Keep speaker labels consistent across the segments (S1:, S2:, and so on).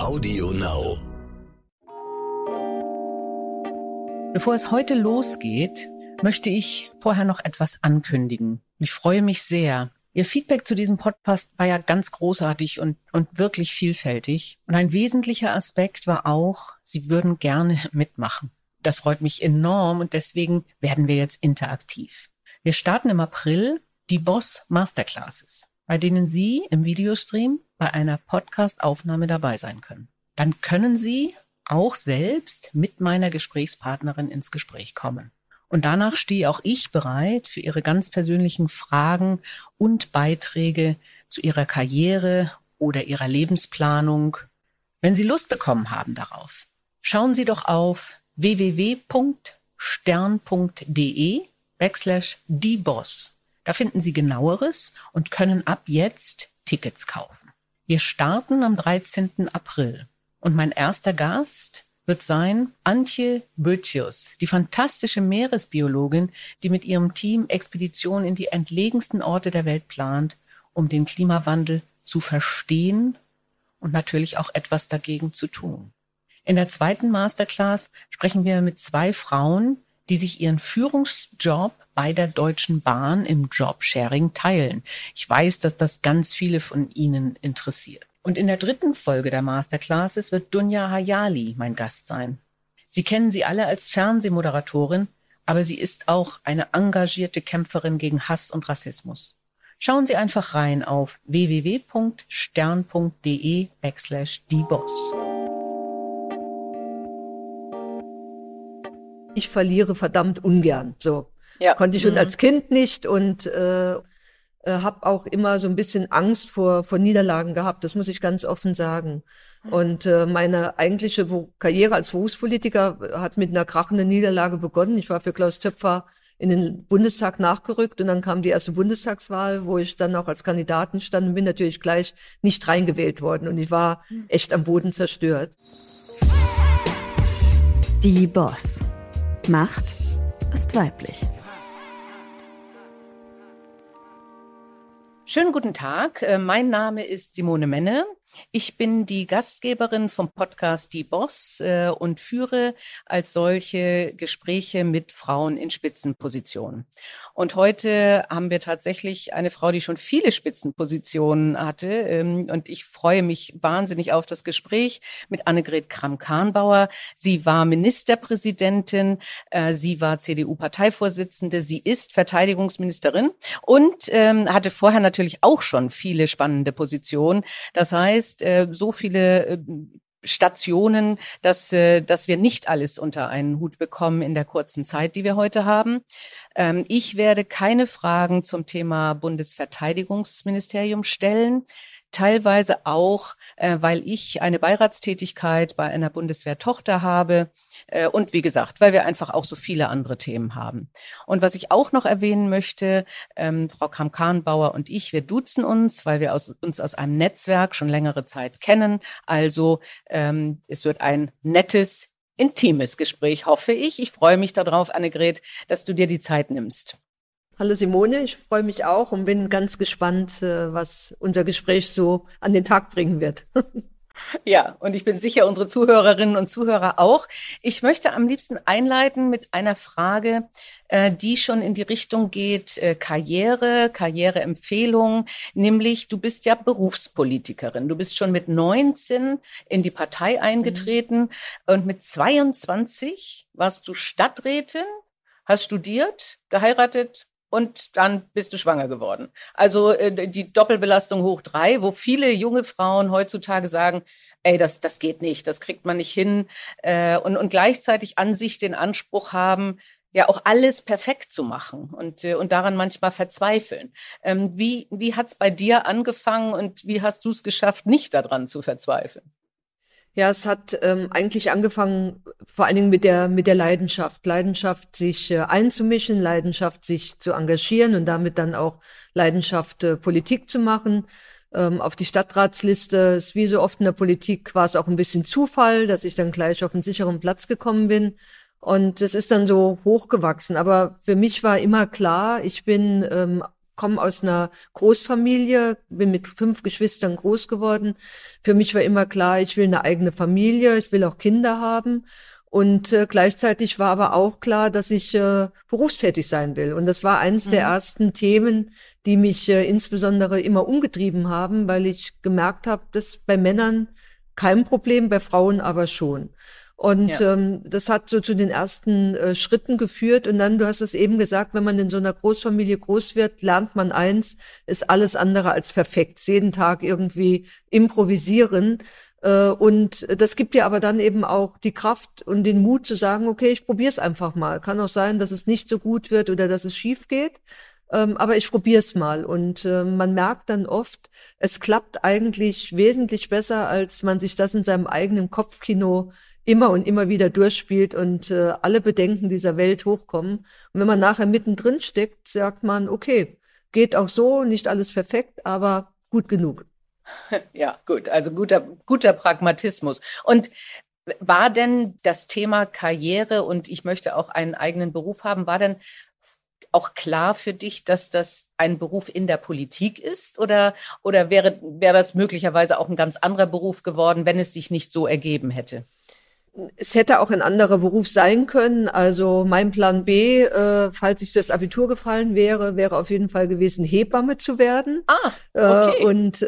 S1: Audio Now.
S2: Bevor es heute losgeht, möchte ich vorher noch etwas ankündigen. Ich freue mich sehr. Ihr Feedback zu diesem Podcast war ja ganz großartig und wirklich vielfältig. Und ein wesentlicher Aspekt war auch, Sie würden gerne mitmachen. Das freut mich enorm und deswegen werden wir jetzt interaktiv. Wir starten im April die Boss Masterclasses, bei denen Sie im Videostream bei einer Podcast-Aufnahme dabei sein können. Dann können Sie auch selbst mit meiner Gesprächspartnerin ins Gespräch kommen. Und danach stehe auch ich bereit für Ihre ganz persönlichen Fragen und Beiträge zu Ihrer Karriere oder Ihrer Lebensplanung. Wenn Sie Lust bekommen haben darauf, schauen Sie doch auf www.stern.de/dieboss. Da finden Sie Genaueres und können ab jetzt Tickets kaufen. Wir starten am 13. April und mein erster Gast wird sein Antje Böttchus, die fantastische Meeresbiologin, die mit ihrem Team Expeditionen in die entlegensten Orte der Welt plant, um den Klimawandel zu verstehen und natürlich auch etwas dagegen zu tun. In der zweiten Masterclass sprechen wir mit 2 Frauen, die sich ihren Führungsjob bei der Deutschen Bahn im Jobsharing teilen. Ich weiß, dass das ganz viele von Ihnen interessiert. Und in der dritten Folge der Masterclasses wird Dunja Hayali mein Gast sein. Sie kennen sie alle als Fernsehmoderatorin, aber sie ist auch eine engagierte Kämpferin gegen Hass und Rassismus. Schauen Sie einfach rein auf www.stern.de/dieboss.
S3: Ich verliere verdammt ungern. So
S2: Ja.
S3: konnte ich schon als Kind nicht und habe auch immer so ein bisschen Angst vor Niederlagen gehabt. Das muss ich ganz offen sagen. Und meine eigentliche Karriere als Berufspolitiker hat mit einer krachenden Niederlage begonnen. Ich war für Klaus Töpfer in den Bundestag nachgerückt und dann kam die erste Bundestagswahl, wo ich dann auch als Kandidatin stand und bin natürlich gleich nicht reingewählt worden. Und ich war echt am Boden zerstört.
S4: Die Boss. Macht ist weiblich.
S2: Schönen guten Tag, mein Name ist Simone Menne. Ich bin die Gastgeberin vom Podcast Die Boss und führe als solche Gespräche mit Frauen in Spitzenpositionen. Und heute haben wir tatsächlich eine Frau, die schon viele Spitzenpositionen hatte. Und ich freue mich wahnsinnig auf das Gespräch mit Annegret Kramp-Karrenbauer. Sie war Ministerpräsidentin, sie war CDU-Parteivorsitzende, sie ist Verteidigungsministerin und hatte vorher natürlich auch schon viele spannende Positionen. Das heißt, so viele Stationen, dass wir nicht alles unter einen Hut bekommen in der kurzen Zeit, die wir heute haben. Ich werde keine Fragen zum Thema Bundesverteidigungsministerium stellen. Teilweise auch, weil ich eine Beiratstätigkeit bei einer Bundeswehrtochter habe und wie gesagt, weil wir einfach auch so viele andere Themen haben. Und was ich auch noch erwähnen möchte, Frau Kramp-Karrenbauer und ich, wir duzen uns, weil wir uns aus einem Netzwerk schon längere Zeit kennen. Also es wird ein nettes, intimes Gespräch, hoffe ich. Ich freue mich darauf, Annegret, dass du dir die Zeit nimmst.
S3: Hallo Simone, ich freue mich auch und bin ganz gespannt, was unser Gespräch so an den Tag bringen wird.
S2: Ja, und ich bin sicher, unsere Zuhörerinnen und Zuhörer auch. Ich möchte am liebsten einleiten mit einer Frage, die schon in die Richtung geht, Karriereempfehlung, nämlich du bist ja Berufspolitikerin. Du bist schon mit 19 in die Partei eingetreten und mit 22 warst du Stadträtin, hast studiert, geheiratet, und dann bist du schwanger geworden. Also die Doppelbelastung hoch 3, wo viele junge Frauen heutzutage sagen, ey, das geht nicht, das kriegt man nicht hin. Und gleichzeitig an sich den Anspruch haben, ja auch alles perfekt zu machen und daran manchmal verzweifeln. Wie hat's bei dir angefangen und wie hast du es geschafft, nicht daran zu verzweifeln?
S3: Ja, es hat eigentlich angefangen, vor allen Dingen mit der Leidenschaft. Leidenschaft, sich einzumischen, Leidenschaft, sich zu engagieren und damit dann auch Leidenschaft, Politik zu machen. Auf die Stadtratsliste, ist wie so oft in der Politik, war es auch ein bisschen Zufall, dass ich dann gleich auf einen sicheren Platz gekommen bin. Und es ist dann so hochgewachsen. Aber für mich war immer klar, ich bin komme aus einer Großfamilie, bin mit 5 Geschwistern groß geworden. Für mich war immer klar, ich will eine eigene Familie, ich will auch Kinder haben. Und gleichzeitig war aber auch klar, dass ich berufstätig sein will. Und das war eines der ersten Themen, die mich insbesondere immer umgetrieben haben, weil ich gemerkt habe, dass bei Männern kein Problem, bei Frauen aber schon. Und das hat so zu den ersten Schritten geführt. Und dann, du hast es eben gesagt, wenn man in so einer Großfamilie groß wird, lernt man eins, ist alles andere als perfekt. Jeden Tag irgendwie improvisieren. Und das gibt dir aber dann eben auch die Kraft und den Mut zu sagen, okay, ich probiere es einfach mal. Kann auch sein, dass es nicht so gut wird oder dass es schief geht. Aber ich probiere es mal. Und man merkt dann oft, es klappt eigentlich wesentlich besser, als man sich das in seinem eigenen Kopfkino immer und immer wieder durchspielt und alle Bedenken dieser Welt hochkommen. Und wenn man nachher mittendrin steckt, sagt man, okay, geht auch so, nicht alles perfekt, aber gut genug.
S2: Ja, gut, also guter Pragmatismus. Und war denn das Thema Karriere und ich möchte auch einen eigenen Beruf haben, war denn auch klar für dich, dass das ein Beruf in der Politik ist? Oder wäre das möglicherweise auch ein ganz anderer Beruf geworden, wenn es sich nicht so ergeben hätte?
S3: Es hätte auch ein anderer Beruf sein können. Also mein Plan B, falls ich das Abitur gefallen wäre auf jeden Fall gewesen, Hebamme zu werden.
S2: Okay.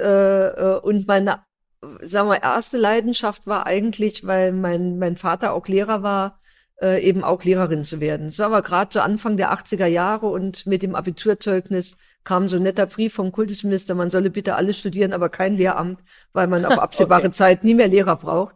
S3: Und meine, sagen wir, erste Leidenschaft war eigentlich, weil mein Vater auch Lehrer war, eben auch Lehrerin zu werden. Es war aber gerade zu Anfang der 80er Jahre und mit dem Abiturzeugnis kam so ein netter Brief vom Kultusminister, man solle bitte alles studieren, aber kein Lehramt, weil man auf absehbare Zeit nie mehr Lehrer braucht.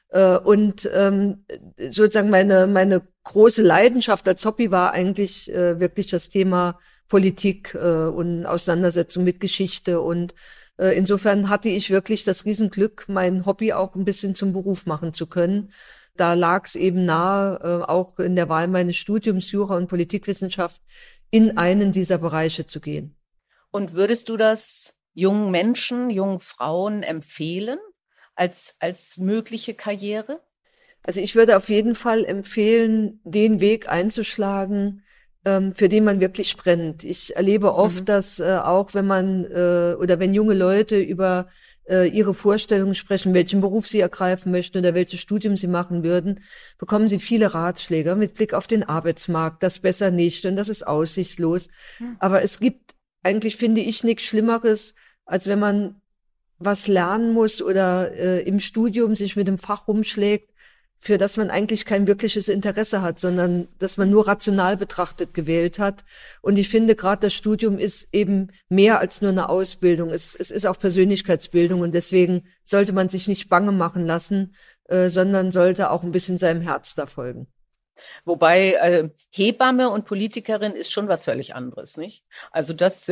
S3: Und sozusagen meine große Leidenschaft als Hobby war eigentlich wirklich das Thema Politik und Auseinandersetzung mit Geschichte. Und insofern hatte ich wirklich das Riesenglück, mein Hobby auch ein bisschen zum Beruf machen zu können. Da lag es eben nahe, auch in der Wahl meines Studiums Jura und Politikwissenschaft in einen dieser Bereiche zu gehen.
S2: Und würdest du das jungen Menschen, jungen Frauen empfehlen? Als mögliche Karriere?
S3: Also ich würde auf jeden Fall empfehlen, den Weg einzuschlagen, für den man wirklich brennt. Ich erlebe oft, dass auch wenn man oder wenn junge Leute über ihre Vorstellungen sprechen, welchen Beruf sie ergreifen möchten oder welches Studium sie machen würden, bekommen sie viele Ratschläge mit Blick auf den Arbeitsmarkt, das besser nicht und das ist aussichtslos. Aber es gibt eigentlich, finde ich, nichts Schlimmeres, als wenn man was lernen muss oder im Studium sich mit dem Fach rumschlägt, für das man eigentlich kein wirkliches Interesse hat, sondern dass man nur rational betrachtet gewählt hat. Und ich finde, gerade das Studium ist eben mehr als nur eine Ausbildung. Es ist auch Persönlichkeitsbildung und deswegen sollte man sich nicht bange machen lassen, sondern sollte auch ein bisschen seinem Herz da folgen.
S2: Wobei Hebamme und Politikerin ist schon was völlig anderes, nicht? Also das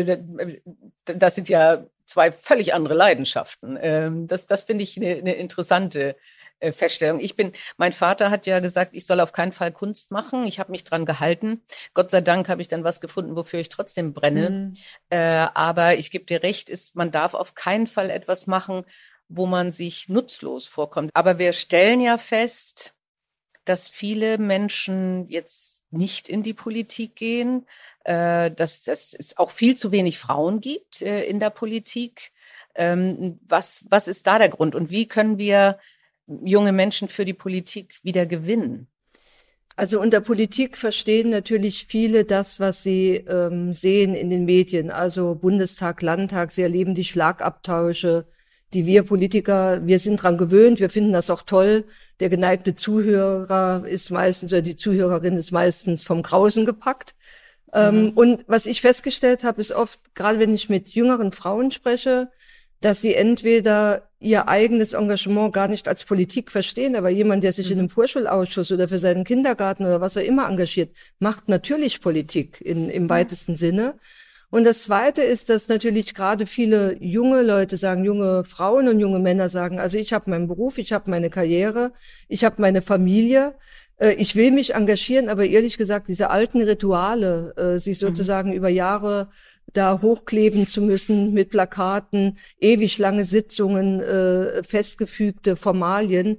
S2: sind ja zwei völlig andere Leidenschaften. Das finde ich eine interessante Feststellung. Mein Vater hat ja gesagt, ich soll auf keinen Fall Kunst machen. Ich habe mich dran gehalten. Gott sei Dank habe ich dann was gefunden, wofür ich trotzdem brenne. Aber ich gebe dir recht, man darf auf keinen Fall etwas machen, wo man sich nutzlos vorkommt. Aber wir stellen ja fest, dass viele Menschen jetzt nicht in die Politik gehen, dass es auch viel zu wenig Frauen gibt in der Politik. Was ist da der Grund und wie können wir junge Menschen für die Politik wieder gewinnen?
S3: Also unter Politik verstehen natürlich viele das, was sie sehen in den Medien, also Bundestag, Landtag, sie erleben die Schlagabtausche, die wir Politiker, wir sind dran gewöhnt, wir finden das auch toll. Der geneigte Zuhörer ist meistens, oder die Zuhörerin ist meistens vom Grausen gepackt. Und was ich festgestellt habe, ist oft, gerade wenn ich mit jüngeren Frauen spreche, dass sie entweder ihr eigenes Engagement gar nicht als Politik verstehen, aber jemand, der sich in einem Vorschulausschuss oder für seinen Kindergarten oder was er immer engagiert, macht natürlich Politik im weitesten Sinne. Und das Zweite ist, dass natürlich gerade viele junge Leute sagen, junge Frauen und junge Männer sagen, also ich habe meinen Beruf, ich habe meine Karriere, ich habe meine Familie, ich will mich engagieren, aber ehrlich gesagt, diese alten Rituale, sich sozusagen über Jahre da hochkleben zu müssen mit Plakaten, ewig lange Sitzungen, festgefügte Formalien,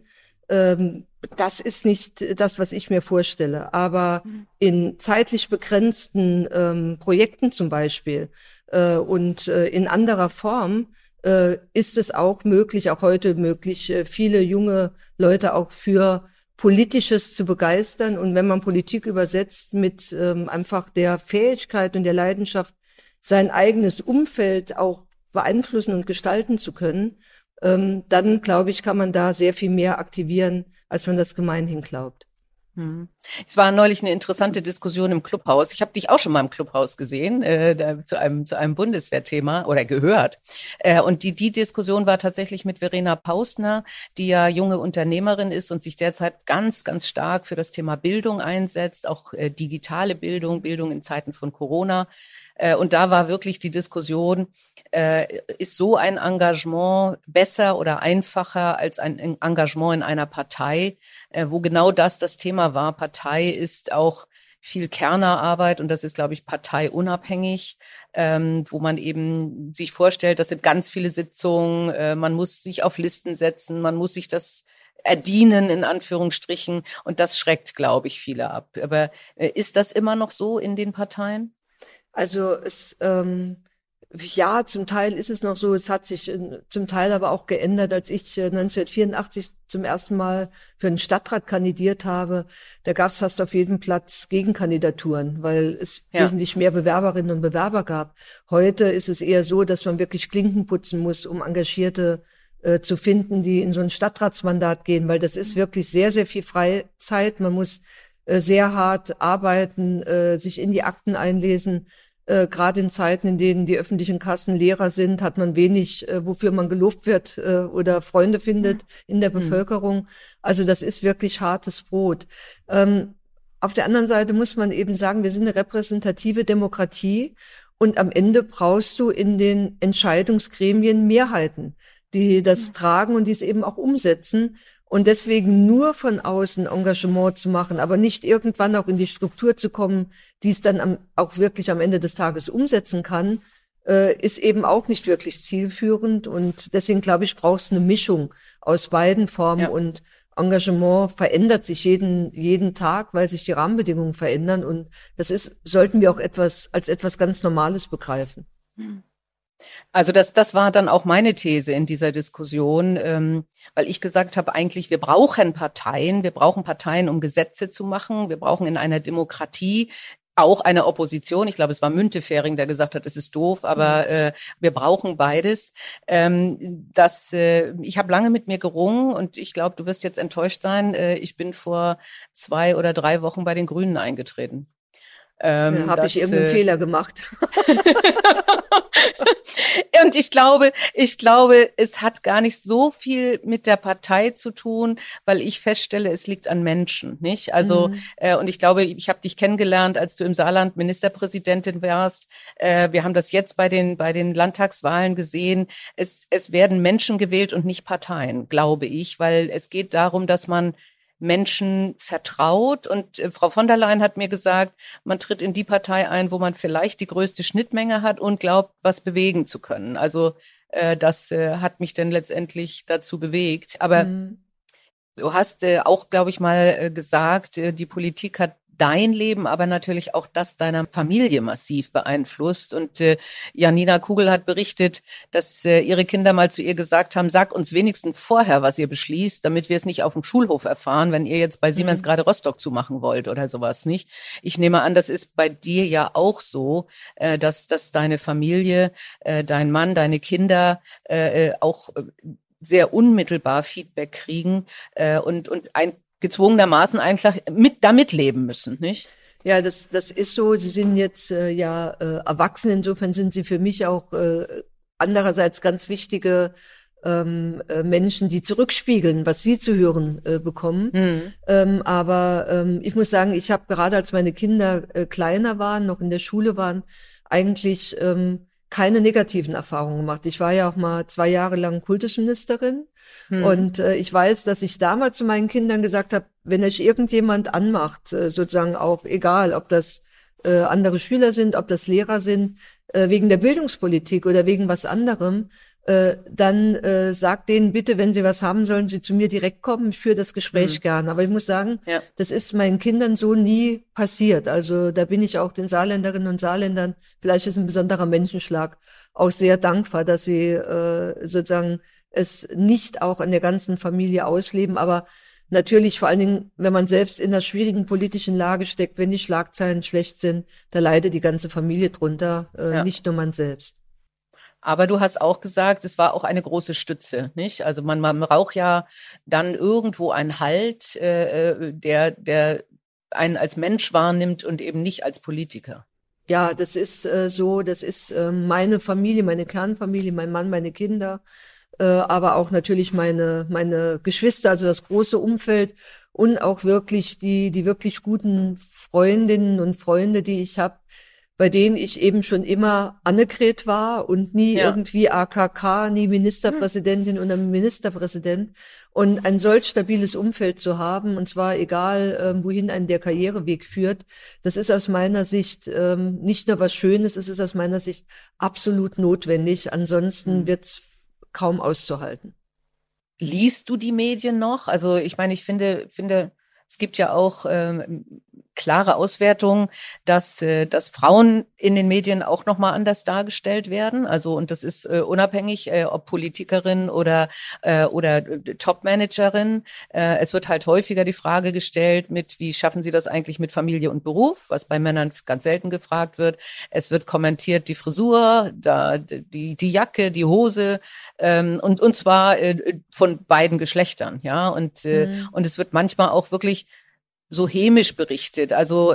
S3: Das ist nicht das, was ich mir vorstelle. Aber in zeitlich begrenzten Projekten zum Beispiel und in anderer Form ist es auch möglich, auch heute möglich, viele junge Leute auch für Politisches zu begeistern. Und wenn man Politik übersetzt mit einfach der Fähigkeit und der Leidenschaft, sein eigenes Umfeld auch beeinflussen und gestalten zu können, dann, glaube ich, kann man da sehr viel mehr aktivieren, als man das gemeinhin glaubt.
S2: Es war neulich eine interessante Diskussion im Clubhaus. Ich habe dich auch schon mal im Clubhaus gesehen, zu einem Bundeswehrthema oder gehört. Und die Diskussion war tatsächlich mit Verena Pausner, die ja junge Unternehmerin ist und sich derzeit ganz, ganz stark für das Thema Bildung einsetzt, auch digitale Bildung, Bildung in Zeiten von Corona. Und da war wirklich die Diskussion, ist so ein Engagement besser oder einfacher als ein Engagement in einer Partei, wo genau das Thema war. Partei ist auch viel Kernerarbeit und das ist, glaube ich, parteiunabhängig, wo man eben sich vorstellt, das sind ganz viele Sitzungen, man muss sich auf Listen setzen, man muss sich das erdienen, in Anführungsstrichen, und das schreckt, glaube ich, viele ab. Aber ist das immer noch so in den Parteien?
S3: Also ja, zum Teil ist es noch so, es hat sich zum Teil aber auch geändert, als ich 1984 zum ersten Mal für einen Stadtrat kandidiert habe. Da gab es fast auf jedem Platz Gegenkandidaturen, weil es wesentlich mehr Bewerberinnen und Bewerber gab. Heute ist es eher so, dass man wirklich Klinken putzen muss, um Engagierte zu finden, die in so ein Stadtratsmandat gehen, weil das ist wirklich sehr, sehr viel Freizeit. Man muss sehr hart arbeiten, sich in die Akten einlesen. Gerade in Zeiten, in denen die öffentlichen Kassen leerer sind, hat man wenig, wofür man gelobt wird oder Freunde findet in der Bevölkerung. Also das ist wirklich hartes Brot. Auf der anderen Seite muss man eben sagen, wir sind eine repräsentative Demokratie und am Ende brauchst du in den Entscheidungsgremien Mehrheiten, die das tragen und die es eben auch umsetzen. Und deswegen nur von außen Engagement zu machen, aber nicht irgendwann auch in die Struktur zu kommen, die es dann auch wirklich am Ende des Tages umsetzen kann, ist eben auch nicht wirklich zielführend. Und deswegen, glaube ich, braucht es eine Mischung aus beiden Formen. Ja. Und Engagement verändert sich jeden Tag, weil sich die Rahmenbedingungen verändern. Und sollten wir auch als etwas ganz Normales begreifen.
S2: Also das war dann auch meine These in dieser Diskussion, weil ich gesagt habe, eigentlich wir brauchen Parteien, um Gesetze zu machen. Wir brauchen in einer Demokratie auch eine Opposition. Ich glaube, es war Müntefering, der gesagt hat, es ist doof, aber wir brauchen beides. Ich habe lange mit mir gerungen und ich glaube, du wirst jetzt enttäuscht sein. Ich bin vor 2 oder 3 Wochen bei den Grünen eingetreten.
S3: Habe ich irgendeinen Fehler gemacht?
S2: Und ich glaube, es hat gar nicht so viel mit der Partei zu tun, weil ich feststelle, es liegt an Menschen, nicht? Also, und ich glaube, ich habe dich kennengelernt, als du im Saarland Ministerpräsidentin warst. Wir haben das jetzt bei den Landtagswahlen gesehen. Es werden Menschen gewählt und nicht Parteien, glaube ich, weil es geht darum, dass man Menschen vertraut. Und Frau von der Leyen hat mir gesagt, man tritt in die Partei ein, wo man vielleicht die größte Schnittmenge hat und glaubt, was bewegen zu können. Also das hat mich dann letztendlich dazu bewegt. Aber du hast auch, glaube ich, mal gesagt, die Politik hat dein Leben, aber natürlich auch das deiner Familie massiv beeinflusst. Und Janina Kugel hat berichtet, dass ihre Kinder mal zu ihr gesagt haben, sag uns wenigstens vorher, was ihr beschließt, damit wir es nicht auf dem Schulhof erfahren, wenn ihr jetzt bei Siemens gerade Rostock zumachen wollt oder sowas, nicht? Ich nehme an, das ist bei dir ja auch so, dass deine Familie, dein Mann, deine Kinder auch sehr unmittelbar Feedback kriegen und gezwungenermaßen eigentlich damit leben müssen, nicht?
S3: Ja, das ist so. Sie sind jetzt erwachsen. Insofern sind sie für mich auch andererseits ganz wichtige Menschen, die zurückspiegeln, was sie zu hören bekommen. Aber ich muss sagen, ich habe gerade, als meine Kinder kleiner waren, noch in der Schule waren, eigentlich keine negativen Erfahrungen gemacht. Ich war ja auch mal 2 Jahre lang Kultusministerin. Und ich weiß, dass ich damals zu meinen Kindern gesagt habe, wenn euch irgendjemand anmacht, sozusagen auch egal, ob das andere Schüler sind, ob das Lehrer sind, wegen der Bildungspolitik oder wegen was anderem, dann sagt denen bitte, wenn sie was haben, sollen sie zu mir direkt kommen. Ich führe das Gespräch gern. Aber ich muss sagen, das ist meinen Kindern so nie passiert. Also da bin ich auch den Saarländerinnen und Saarländern, vielleicht ist ein besonderer Menschenschlag, auch sehr dankbar, dass sie sozusagen es nicht auch an der ganzen Familie ausleben. Aber natürlich, vor allen Dingen, wenn man selbst in einer schwierigen politischen Lage steckt, wenn die Schlagzeilen schlecht sind, da leidet die ganze Familie drunter, nicht nur man selbst.
S2: Aber du hast auch gesagt, es war auch eine große Stütze, nicht? Also man braucht ja dann irgendwo einen Halt, der einen als Mensch wahrnimmt und eben nicht als Politiker.
S3: Ja, das ist so, das ist meine Familie, meine Kernfamilie, mein Mann, meine Kinder, aber auch natürlich meine Geschwister, also das große Umfeld und auch wirklich die wirklich guten Freundinnen und Freunde, die ich habe, bei denen ich eben schon immer Annegret war und nie irgendwie AKK, nie Ministerpräsidentin oder Ministerpräsident. Und ein solch stabiles Umfeld zu haben, und zwar egal, wohin einen der Karriereweg führt, das ist aus meiner Sicht nicht nur was Schönes, es ist aus meiner Sicht absolut notwendig. Ansonsten wird's kaum auszuhalten.
S2: Liest du die Medien noch? Also ich meine, ich finde, es gibt ja auch klare Auswertungen, dass Frauen in den Medien auch nochmal anders dargestellt werden. Also, und das ist unabhängig, ob Politikerin oder Top-Managerin. Es wird halt häufiger die Frage gestellt wie schaffen sie das eigentlich mit Familie und Beruf, was bei Männern ganz selten gefragt wird. Es wird kommentiert die Frisur, die Jacke, die Hose, und zwar von beiden Geschlechtern, ja. Und es wird manchmal auch wirklich so hämisch berichtet. Also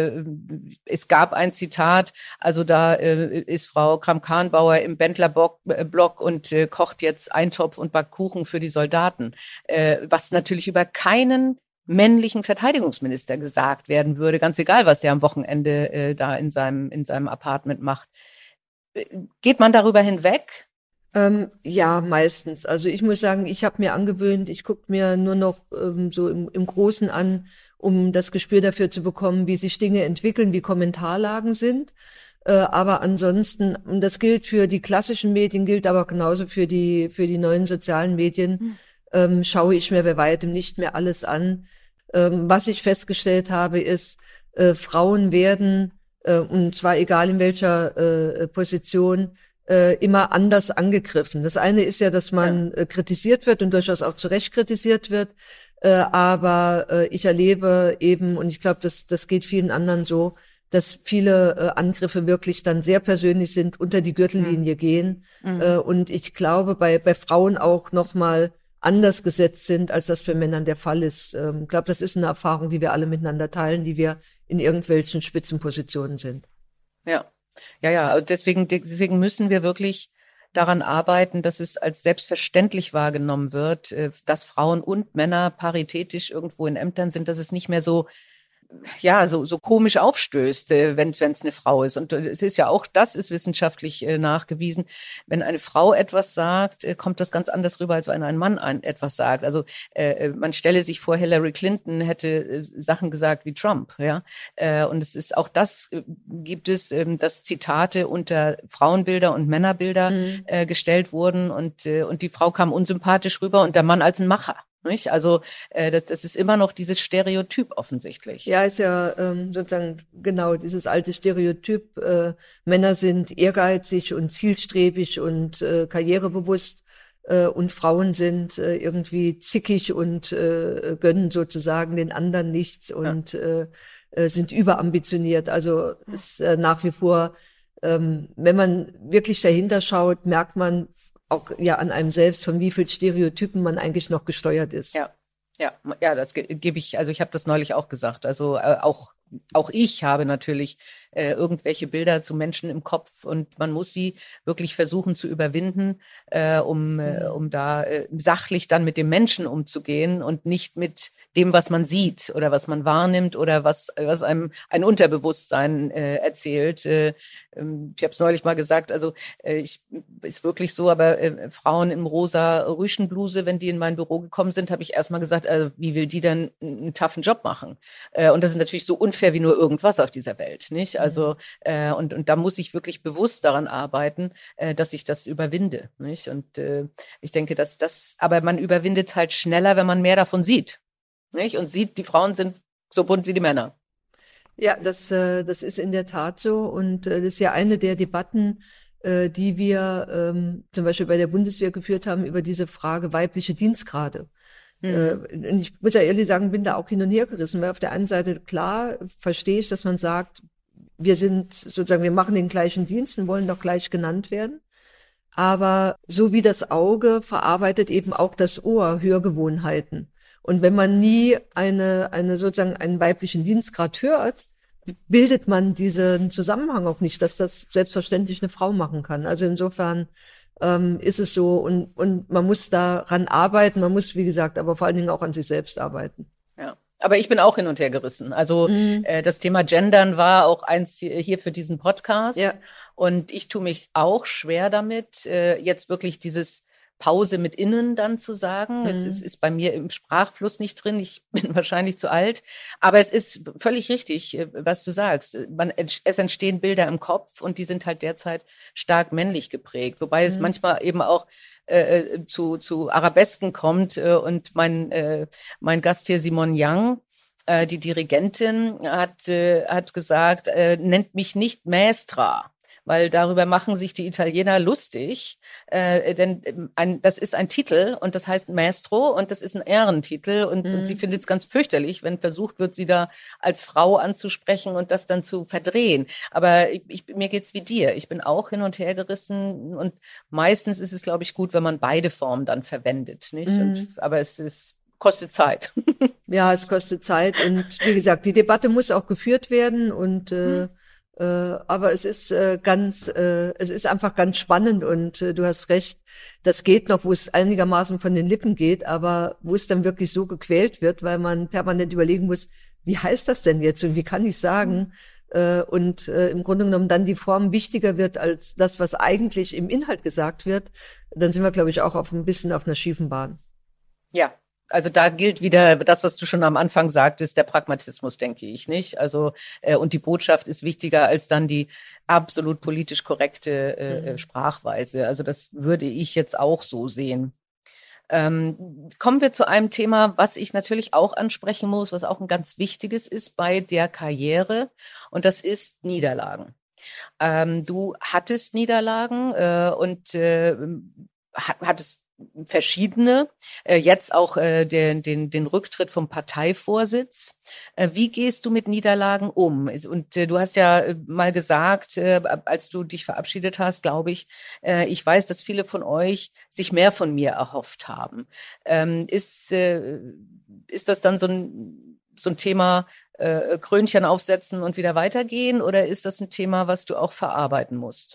S2: es gab ein Zitat, also da ist Frau Kramp-Karrenbauer im Bendler-Block und kocht jetzt Eintopf und backt Kuchen für die Soldaten, was natürlich über keinen männlichen Verteidigungsminister gesagt werden würde, ganz egal, was der am Wochenende da in seinem Apartment macht. Geht man darüber hinweg?
S3: Ja, meistens. Also ich muss sagen, ich habe mir angewöhnt, ich gucke mir nur noch so im Großen an, um das Gespür dafür zu bekommen, wie sich Dinge entwickeln, wie Kommentarlagen sind. Aber ansonsten, und das gilt für die klassischen Medien, gilt aber genauso für die neuen sozialen Medien, schaue ich mir bei weitem nicht mehr alles an. Was ich festgestellt habe, ist, Frauen werden, und zwar egal in welcher Position, immer anders angegriffen. Das eine ist ja, dass man kritisiert wird und durchaus auch zu Recht kritisiert wird. Aber ich erlebe eben, und ich glaube, das geht vielen anderen so, dass viele Angriffe wirklich dann sehr persönlich sind, unter die Gürtellinie gehen. Und ich glaube, bei Frauen auch noch mal anders gesetzt sind, als das bei Männern der Fall ist. Ich glaube, das ist eine Erfahrung, die wir alle miteinander teilen, die wir in irgendwelchen Spitzenpositionen sind.
S2: Ja. Deswegen müssen wir wirklich daran arbeiten, dass es als selbstverständlich wahrgenommen wird, dass Frauen und Männer paritätisch irgendwo in Ämtern sind, dass es nicht mehr so komisch aufstößt, wenn es eine Frau ist. Und es ist ja auch, das ist wissenschaftlich nachgewiesen. Wenn eine Frau etwas sagt, kommt das ganz anders rüber, als wenn ein Mann etwas sagt. Also man stelle sich vor, Hillary Clinton hätte Sachen gesagt wie Trump, ja. Und es ist auch das, gibt es, dass Zitate unter Frauenbilder und Männerbilder gestellt wurden und die Frau kam unsympathisch rüber und der Mann als ein Macher. Nicht? Also das ist immer noch dieses Stereotyp offensichtlich.
S3: Ja, ist ja sozusagen genau dieses alte Stereotyp. Männer sind ehrgeizig und zielstrebig und karrierebewusst und Frauen sind irgendwie zickig und gönnen sozusagen den anderen nichts und sind überambitioniert. Also ist nach wie vor, wenn man wirklich dahinter schaut, merkt man auch ja an einem selbst, von wie viel Stereotypen man eigentlich noch gesteuert ist.
S2: Ja, das gebe ich, also ich habe das neulich auch gesagt. Also auch ich habe natürlich irgendwelche Bilder zu Menschen im Kopf und man muss sie wirklich versuchen zu überwinden, um da sachlich dann mit dem Menschen umzugehen und nicht mit dem, was man sieht oder was man wahrnimmt oder was einem ein Unterbewusstsein erzählt. Ich habe es neulich mal gesagt, also ist wirklich so, aber Frauen im rosa Rüschenbluse, wenn die in mein Büro gekommen sind, habe ich erstmal gesagt, wie will die denn einen toughen Job machen? Und das ist natürlich so unfair wie nur irgendwas auf dieser Welt, nicht? Also und da muss ich wirklich bewusst daran arbeiten, dass ich das überwinde, nicht? Und ich denke, aber man überwindet halt schneller, wenn man mehr davon sieht, nicht? Und sieht, die Frauen sind so bunt wie die Männer.
S3: Ja, das ist in der Tat so. Und das ist ja eine der Debatten, die wir zum Beispiel bei der Bundeswehr geführt haben über diese Frage weibliche Dienstgrade. Und ich muss ja ehrlich sagen, bin da auch hin und her gerissen, weil auf der einen Seite klar verstehe ich, dass man sagt, wir sind sozusagen, wir machen den gleichen Dienst und wollen doch gleich genannt werden. Aber so wie das Auge verarbeitet eben auch das Ohr Hörgewohnheiten. Und wenn man nie sozusagen einen weiblichen Dienstgrad hört, bildet man diesen Zusammenhang auch nicht, dass das selbstverständlich eine Frau machen kann. Also insofern ist es so und man muss daran arbeiten, man muss, wie gesagt, aber vor allen Dingen auch an sich selbst arbeiten.
S2: Ja. Aber ich bin auch hin und her gerissen. Also das Thema Gendern war auch eins hier für diesen Podcast. Ja. Und ich tue mich auch schwer damit, jetzt wirklich dieses Pause mit innen dann zu sagen. Es ist bei mir im Sprachfluss nicht drin. Ich bin wahrscheinlich zu alt. Aber es ist völlig richtig, was du sagst. Es entstehen Bilder im Kopf und die sind halt derzeit stark männlich geprägt. Wobei es manchmal eben auch zu Arabesken kommt. Und mein Gast hier, Simone Young, die Dirigentin, hat gesagt, nennt mich nicht Maestra. Weil darüber machen sich die Italiener lustig, denn das ist ein Titel und das heißt Maestro und das ist ein Ehrentitel und sie findet es ganz fürchterlich, wenn versucht wird, sie da als Frau anzusprechen und das dann zu verdrehen. Aber mir geht's wie dir. Ich bin auch hin und her gerissen und meistens ist es, glaube ich, gut, wenn man beide Formen dann verwendet, nicht? Aber es kostet Zeit.
S3: Ja, es kostet Zeit und wie gesagt, die Debatte muss auch geführt werden und aber es ist es ist einfach ganz spannend und du hast recht, das geht noch, wo es einigermaßen von den Lippen geht, aber wo es dann wirklich so gequält wird, weil man permanent überlegen muss, wie heißt das denn jetzt und wie kann ich sagen? Und im Grunde genommen dann die Form wichtiger wird als das, was eigentlich im Inhalt gesagt wird, dann sind wir, glaube ich, auch ein bisschen auf einer schiefen Bahn.
S2: Ja. Also da gilt wieder das, was du schon am Anfang sagtest, der Pragmatismus, denke ich, nicht? Also und die Botschaft ist wichtiger als dann die absolut politisch korrekte Sprachweise. Also das würde ich jetzt auch so sehen. Kommen wir zu einem Thema, was ich natürlich auch ansprechen muss, was auch ein ganz wichtiges ist bei der Karriere, und das ist Niederlagen. Du hattest Niederlagen und hattest verschiedene, jetzt auch den Rücktritt vom Parteivorsitz. Wie gehst du mit Niederlagen um? Und du hast ja mal gesagt, als du dich verabschiedet hast, glaube ich, ich weiß, dass viele von euch sich mehr von mir erhofft haben. Ist das dann so ein Thema, Krönchen aufsetzen und wieder weitergehen, oder ist das ein Thema, was du auch verarbeiten musst?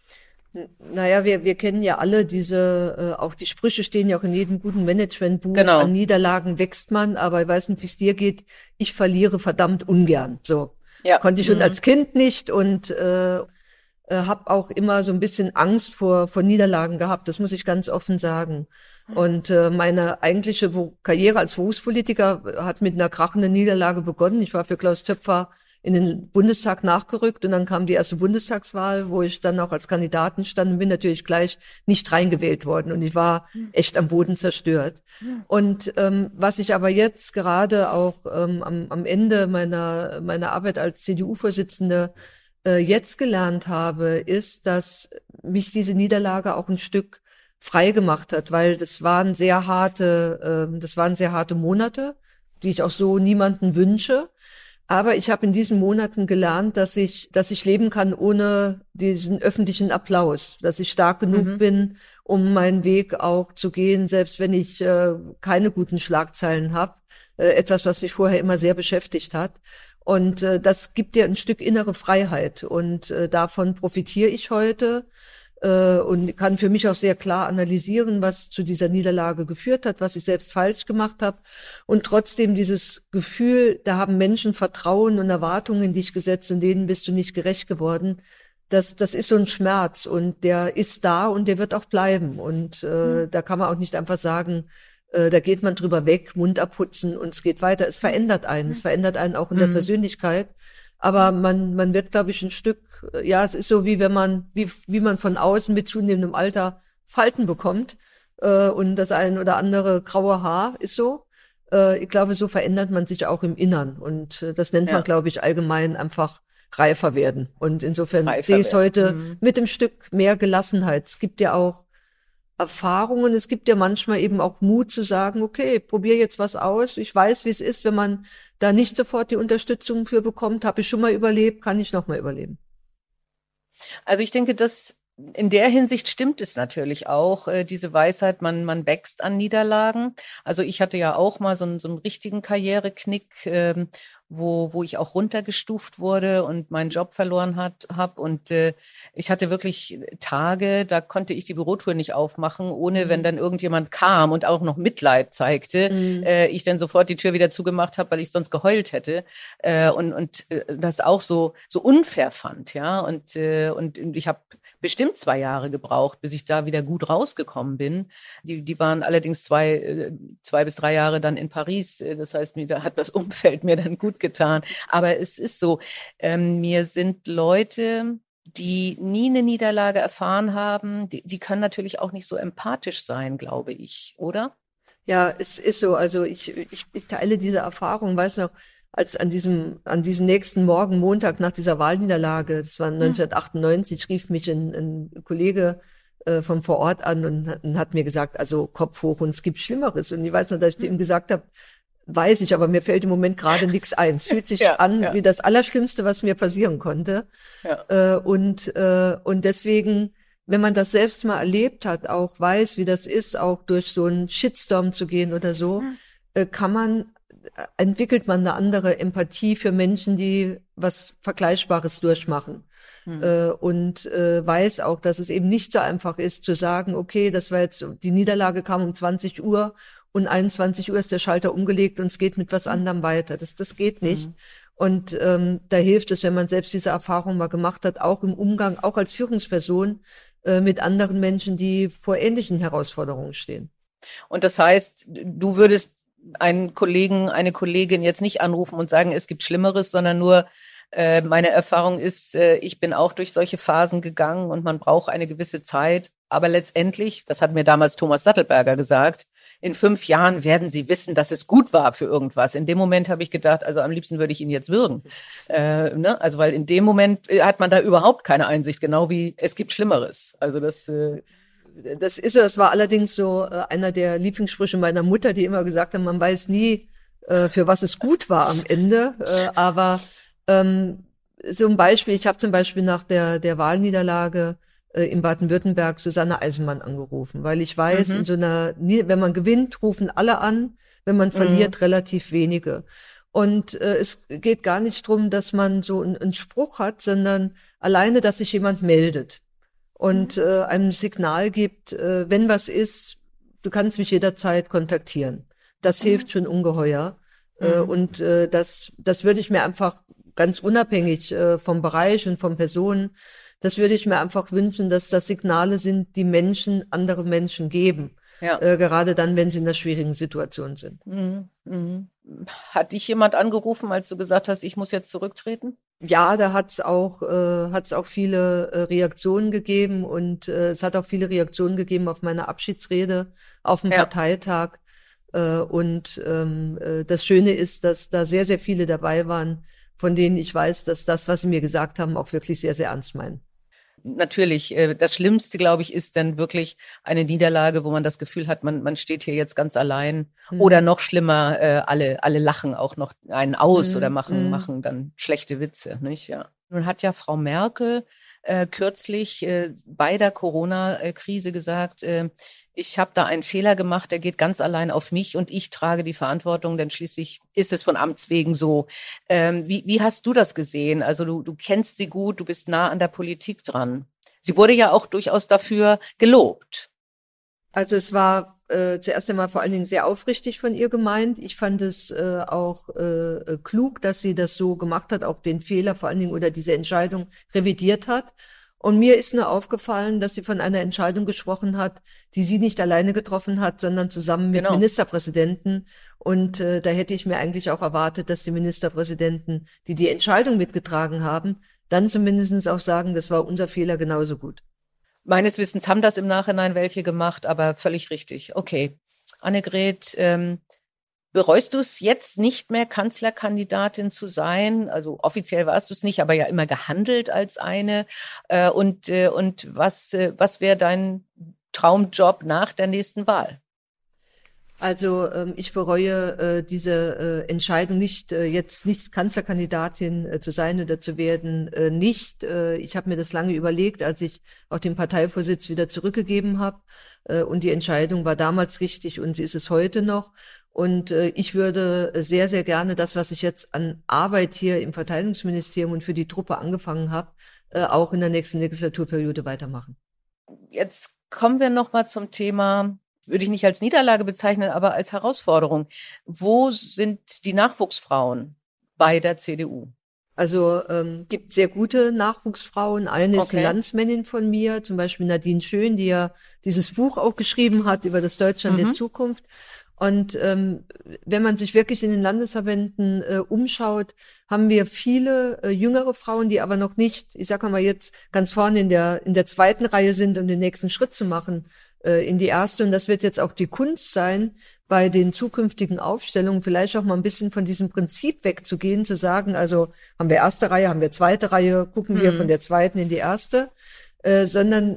S3: Naja, wir kennen ja alle auch die Sprüche stehen ja auch in jedem guten Managementbuch.
S2: Genau.
S3: An Niederlagen wächst man, aber ich weiß nicht, wie es dir geht. Ich verliere verdammt ungern. So. Ja. Konnte ich schon als Kind nicht und habe auch immer so ein bisschen Angst vor Niederlagen gehabt. Das muss ich ganz offen sagen. Und meine eigentliche Karriere als Berufspolitiker hat mit einer krachenden Niederlage begonnen. Ich war für Klaus Töpfer in den Bundestag nachgerückt und dann kam die erste Bundestagswahl, wo ich dann auch als Kandidatin stand und bin natürlich gleich nicht reingewählt worden und ich war echt am Boden zerstört. Und was ich aber jetzt gerade auch am Ende meiner Arbeit als CDU-Vorsitzende jetzt gelernt habe, ist, dass mich diese Niederlage auch ein Stück frei gemacht hat, weil das waren sehr harte Monate, die ich auch so niemanden wünsche. Aber ich habe in diesen Monaten gelernt, dass ich leben kann ohne diesen öffentlichen Applaus, dass ich stark genug bin, um meinen Weg auch zu gehen, selbst wenn ich keine guten Schlagzeilen habe. Etwas, was mich vorher immer sehr beschäftigt hat. Und das gibt dir ein Stück innere Freiheit. Und davon profitiere ich heute. Und kann für mich auch sehr klar analysieren, was zu dieser Niederlage geführt hat, was ich selbst falsch gemacht habe. Und trotzdem dieses Gefühl, da haben Menschen Vertrauen und Erwartungen in dich gesetzt und denen bist du nicht gerecht geworden. Das ist so ein Schmerz und der ist da und der wird auch bleiben. Und da kann man auch nicht einfach sagen, da geht man drüber weg, Mund abputzen und es geht weiter. Es verändert einen. Es verändert einen auch in der Persönlichkeit. Aber man wird, glaube ich, ein Stück, ja, es ist so, wie wenn man, wie man von außen mit zunehmendem Alter Falten bekommt, und das ein oder andere graue Haar ist so. Ich glaube, so verändert man sich auch im Innern. Und das nennt man, glaube ich, allgemein einfach reifer werden. Und insofern sehe ich es heute mit dem Stück mehr Gelassenheit. Es gibt ja auch Erfahrungen, es gibt ja manchmal eben auch Mut zu sagen, okay, probier jetzt was aus. Ich weiß, wie es ist, wenn man da nicht sofort die Unterstützung für bekommt. Habe ich schon mal überlebt, kann ich noch mal überleben.
S2: Also ich denke, dass in der Hinsicht stimmt es natürlich auch, diese Weisheit, man wächst an Niederlagen. Also ich hatte ja auch mal so einen richtigen Karriereknick, wo ich auch runtergestuft wurde und meinen Job verloren habe. Und ich hatte wirklich Tage, da konnte ich die Bürotür nicht aufmachen, ohne wenn dann irgendjemand kam und auch noch Mitleid zeigte, ich dann sofort die Tür wieder zugemacht habe, weil ich sonst geheult hätte. Und das auch so unfair fand, ja. Und ich habe bestimmt 2 Jahre gebraucht, bis ich da wieder gut rausgekommen bin. Die waren allerdings 2 bis 3 Jahre dann in Paris. Das heißt, da hat das Umfeld mir dann gut getan. Aber es ist so, mir sind Leute, die nie eine Niederlage erfahren haben, die können natürlich auch nicht so empathisch sein, glaube ich, oder?
S3: Ja, es ist so. Also ich teile diese Erfahrung, weiß noch, als an diesem nächsten Morgen, Montag nach dieser Wahlniederlage, das war 1998, rief mich ein Kollege von vor Ort an und hat mir gesagt, also Kopf hoch und es gibt Schlimmeres. Und ich weiß noch, dass ich ihm gesagt habe, weiß ich, aber mir fällt im Moment gerade nichts ein. Es fühlt sich wie das Allerschlimmste, was mir passieren konnte. Ja. Und deswegen, wenn man das selbst mal erlebt hat, auch weiß, wie das ist, auch durch so einen Shitstorm zu gehen oder so, entwickelt man eine andere Empathie für Menschen, die was Vergleichbares durchmachen. Und weiß auch, dass es eben nicht so einfach ist zu sagen, okay, das war jetzt, die Niederlage kam um 20 Uhr und 21 Uhr ist der Schalter umgelegt und es geht mit was anderem weiter. Das geht nicht. Und da hilft es, wenn man selbst diese Erfahrung mal gemacht hat, auch im Umgang, auch als Führungsperson mit anderen Menschen, die vor ähnlichen Herausforderungen stehen.
S2: Und das heißt, du würdest einen Kollegen, eine Kollegin jetzt nicht anrufen und sagen, es gibt Schlimmeres, sondern nur, meine Erfahrung ist, ich bin auch durch solche Phasen gegangen und man braucht eine gewisse Zeit. Aber letztendlich, das hat mir damals Thomas Sattelberger gesagt, in 5 Jahren werden Sie wissen, dass es gut war für irgendwas. In dem Moment habe ich gedacht, also am liebsten würde ich ihn jetzt würgen. Also weil in dem Moment hat man da überhaupt keine Einsicht, genau wie es gibt Schlimmeres. Also das
S3: ist so, das war allerdings so einer der Lieblingssprüche meiner Mutter, die immer gesagt hat, man weiß nie, für was es gut war am Ende. Aber so ein Beispiel, ich habe zum Beispiel nach der Wahlniederlage in Baden-Württemberg Susanne Eisenmann angerufen, weil ich weiß, in so einer, wenn man gewinnt, rufen alle an, wenn man verliert, relativ wenige. Und es geht gar nicht drum, dass man so einen Spruch hat, sondern alleine, dass sich jemand meldet und einem Signal gibt, wenn was ist, du kannst mich jederzeit kontaktieren. Das hilft schon ungeheuer. Und das würde ich mir einfach ganz unabhängig vom Bereich und von Personen, das würde ich mir einfach wünschen, dass das Signale sind, die Menschen andere Menschen geben. Ja. Gerade dann, wenn sie in einer schwierigen Situation sind.
S2: Hat dich jemand angerufen, als du gesagt hast, ich muss jetzt zurücktreten?
S3: Ja, da hat's auch viele Reaktionen gegeben und es hat auch viele Reaktionen gegeben auf meine Abschiedsrede auf dem Parteitag. Und das Schöne ist, dass da sehr, sehr viele dabei waren, von denen ich weiß, dass das, was sie mir gesagt haben, auch wirklich sehr, sehr ernst meinen.
S2: Natürlich, das Schlimmste, glaube ich, ist dann wirklich eine Niederlage, wo man das Gefühl hat, man steht hier jetzt ganz allein. Oder noch schlimmer, alle lachen auch noch einen aus oder machen dann schlechte Witze, nicht? Ja. Nun hat ja Frau Merkel kürzlich bei der Corona-Krise gesagt, ich habe da einen Fehler gemacht, der geht ganz allein auf mich und ich trage die Verantwortung, denn schließlich ist es von Amts wegen so. Wie hast du das gesehen? Also du kennst sie gut, du bist nah an der Politik dran. Sie wurde ja auch durchaus dafür gelobt.
S3: Also es war zuerst einmal vor allen Dingen sehr aufrichtig von ihr gemeint. Ich fand es auch klug, dass sie das so gemacht hat, auch den Fehler vor allen Dingen oder diese Entscheidung revidiert hat. Und mir ist nur aufgefallen, dass sie von einer Entscheidung gesprochen hat, die sie nicht alleine getroffen hat, sondern zusammen mit Ministerpräsidenten. Und da hätte ich mir eigentlich auch erwartet, dass die Ministerpräsidenten, die die Entscheidung mitgetragen haben, dann zumindest auch sagen, das war unser Fehler genauso gut.
S2: Meines Wissens haben das im Nachhinein welche gemacht, aber völlig richtig. Okay. Annegret, bereust du es jetzt nicht mehr, Kanzlerkandidatin zu sein? Also offiziell warst du es nicht, aber ja immer gehandelt als eine. Und was wäre dein Traumjob nach der nächsten Wahl?
S3: Also ich bereue diese Entscheidung nicht, jetzt nicht Kanzlerkandidatin zu sein oder zu werden, nicht. Ich habe mir das lange überlegt, als ich auch den Parteivorsitz wieder zurückgegeben habe. Und die Entscheidung war damals richtig und sie ist es heute noch. Und ich würde sehr, sehr gerne das, was ich jetzt an Arbeit hier im Verteidigungsministerium und für die Truppe angefangen habe, auch in der nächsten Legislaturperiode weitermachen.
S2: Jetzt kommen wir noch mal zum Thema, würde ich nicht als Niederlage bezeichnen, aber als Herausforderung. Wo sind die Nachwuchsfrauen bei der CDU?
S3: Also gibt sehr gute Nachwuchsfrauen. Eine ist eine Landsmännin von mir, zum Beispiel Nadine Schön, die ja dieses Buch auch geschrieben hat über das Deutschland der Zukunft. Und wenn man sich wirklich in den Landesverbänden umschaut, haben wir viele jüngere Frauen, die aber noch nicht, ich sag mal jetzt ganz vorne in der zweiten Reihe sind, um den nächsten Schritt zu machen in die erste. Und das wird jetzt auch die Kunst sein, bei den zukünftigen Aufstellungen vielleicht auch mal ein bisschen von diesem Prinzip wegzugehen, zu sagen, also haben wir erste Reihe, haben wir zweite Reihe, gucken wir von der zweiten in die erste, sondern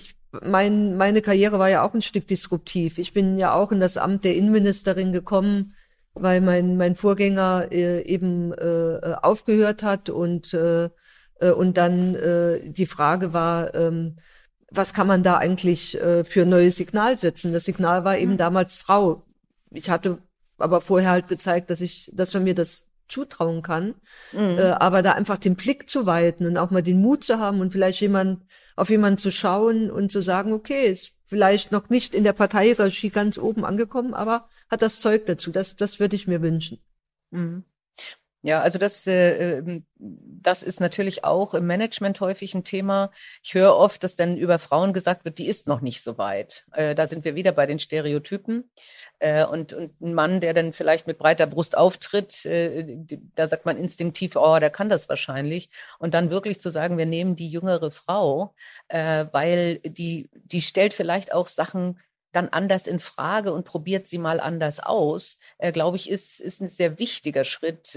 S3: meine Karriere war ja auch ein Stück disruptiv. Ich bin ja auch in das Amt der Innenministerin gekommen, weil mein Vorgänger eben aufgehört hat und dann die Frage war, was kann man da eigentlich für ein neues Signal setzen? Das Signal war eben damals Frau. Ich hatte aber vorher halt gezeigt, dass man mir das zutrauen kann, aber da einfach den Blick zu weiten und auch mal den Mut zu haben und vielleicht auf jemanden zu schauen und zu sagen, okay, ist vielleicht noch nicht in der Parteihierarchie ganz oben angekommen, aber hat das Zeug dazu. Das würde ich mir wünschen.
S2: Mhm. Ja, also das ist natürlich auch im Management häufig ein Thema. Ich höre oft, dass dann über Frauen gesagt wird, die ist noch nicht so weit. Da sind wir wieder bei den Stereotypen. Und ein Mann, der dann vielleicht mit breiter Brust auftritt, da sagt man instinktiv, oh, der kann das wahrscheinlich. Und dann wirklich zu sagen, wir nehmen die jüngere Frau, weil die stellt vielleicht auch Sachen dann anders in Frage und probiert sie mal anders aus, glaube ich, ist ein sehr wichtiger Schritt,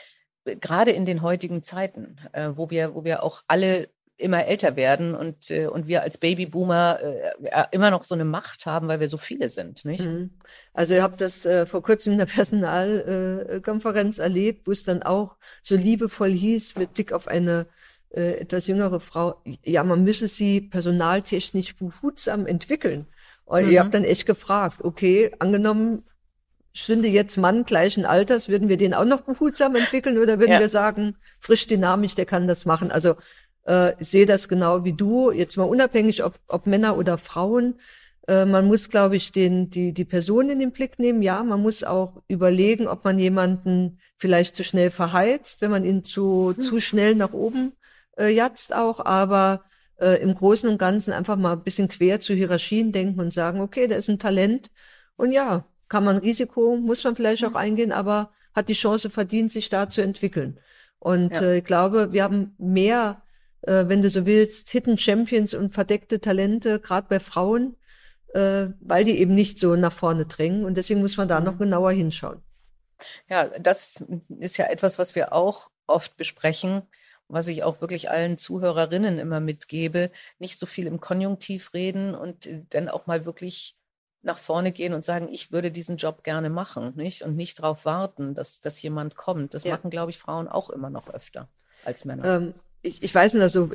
S2: gerade in den heutigen Zeiten, wo wir auch alle immer älter werden und wir als Babyboomer immer noch so eine Macht haben, weil wir so viele sind, nicht?
S3: Also ich habe das vor kurzem in der Personalkonferenz erlebt, wo es dann auch so liebevoll hieß, mit Blick auf eine etwas jüngere Frau, ja, man müsse sie personaltechnisch behutsam entwickeln. Und ich habe dann echt gefragt, okay, angenommen, stünde jetzt Mann gleichen Alters, würden wir den auch noch behutsam entwickeln oder würden wir sagen, frisch dynamisch, der kann das machen? Also ich sehe das genau wie du, jetzt mal unabhängig, ob Männer oder Frauen. Man muss, glaube ich, die Person in den Blick nehmen. Ja, man muss auch überlegen, ob man jemanden vielleicht zu schnell verheizt, wenn man ihn zu schnell nach oben jatzt auch, aber im Großen und Ganzen einfach mal ein bisschen quer zu Hierarchien denken und sagen, okay, der ist ein Talent und ja, kann man Risiko, muss man vielleicht auch eingehen, aber hat die Chance verdient, sich da zu entwickeln. Und ich glaube, wir haben mehr, wenn du so willst, Hidden Champions und verdeckte Talente, gerade bei Frauen, weil die eben nicht so nach vorne drängen und deswegen muss man da noch genauer hinschauen.
S2: Ja, das ist ja etwas, was wir auch oft besprechen, was ich auch wirklich allen Zuhörerinnen immer mitgebe, nicht so viel im Konjunktiv reden und dann auch mal wirklich nach vorne gehen und sagen, ich würde diesen Job gerne machen, nicht? Und nicht darauf warten, dass jemand kommt. Das machen, glaube ich, Frauen auch immer noch öfter als Männer.
S3: Ich weiß nicht, also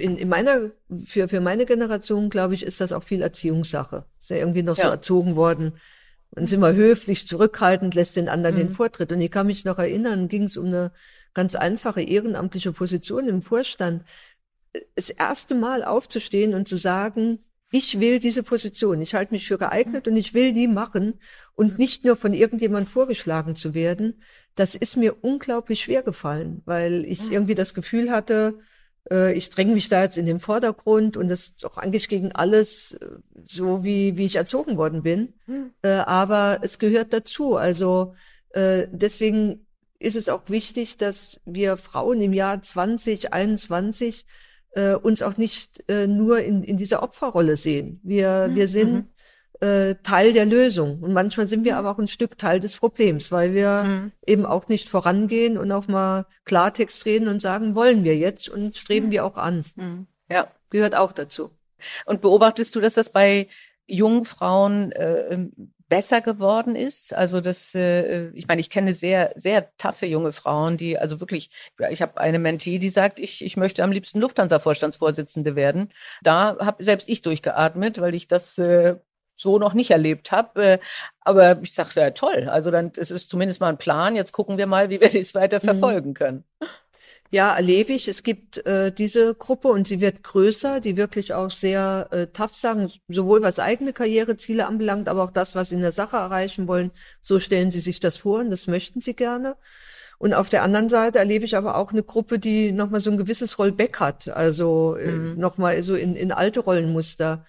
S3: für meine Generation, glaube ich, ist das auch viel Erziehungssache. Ist ja irgendwie noch so erzogen worden. Man ist immer höflich, zurückhaltend, lässt den anderen den Vortritt. Und ich kann mich noch erinnern, ging es um eine ganz einfache ehrenamtliche Position im Vorstand. Das erste Mal aufzustehen und zu sagen, ich will diese Position, ich halte mich für geeignet und ich will die machen und nicht nur von irgendjemand vorgeschlagen zu werden, das ist mir unglaublich schwer gefallen, weil ich irgendwie das Gefühl hatte, ich dränge mich da jetzt in den Vordergrund und das ist doch eigentlich gegen alles, so wie ich erzogen worden bin. Aber es gehört dazu. Also deswegen ist es auch wichtig, dass wir Frauen im Jahr 2021 uns auch nicht nur in dieser Opferrolle sehen. Wir sind Teil der Lösung. Und manchmal sind wir aber auch ein Stück Teil des Problems, weil wir eben auch nicht vorangehen und auch mal Klartext reden und sagen, wollen wir jetzt und streben wir auch an.
S2: Ja.
S3: Gehört auch dazu.
S2: Und beobachtest du, dass das bei jungen Frauen besser geworden ist? Also ich meine, ich kenne sehr, sehr taffe junge Frauen, die also wirklich, ich habe eine Mentee, die sagt, ich möchte am liebsten Lufthansa-Vorstandsvorsitzende werden. Da habe selbst ich durchgeatmet, weil ich das so noch nicht erlebt habe. Aber ich sage, ja toll, also dann es ist zumindest mal ein Plan. Jetzt gucken wir mal, wie wir das weiter verfolgen können.
S3: Ja, erlebe ich. Es gibt diese Gruppe und sie wird größer, die wirklich auch sehr tough sagen, sowohl was eigene Karriereziele anbelangt, aber auch das, was sie in der Sache erreichen wollen. So stellen sie sich das vor und das möchten sie gerne. Und auf der anderen Seite erlebe ich aber auch eine Gruppe, die nochmal so ein gewisses Rollback hat, also nochmal so in alte Rollenmuster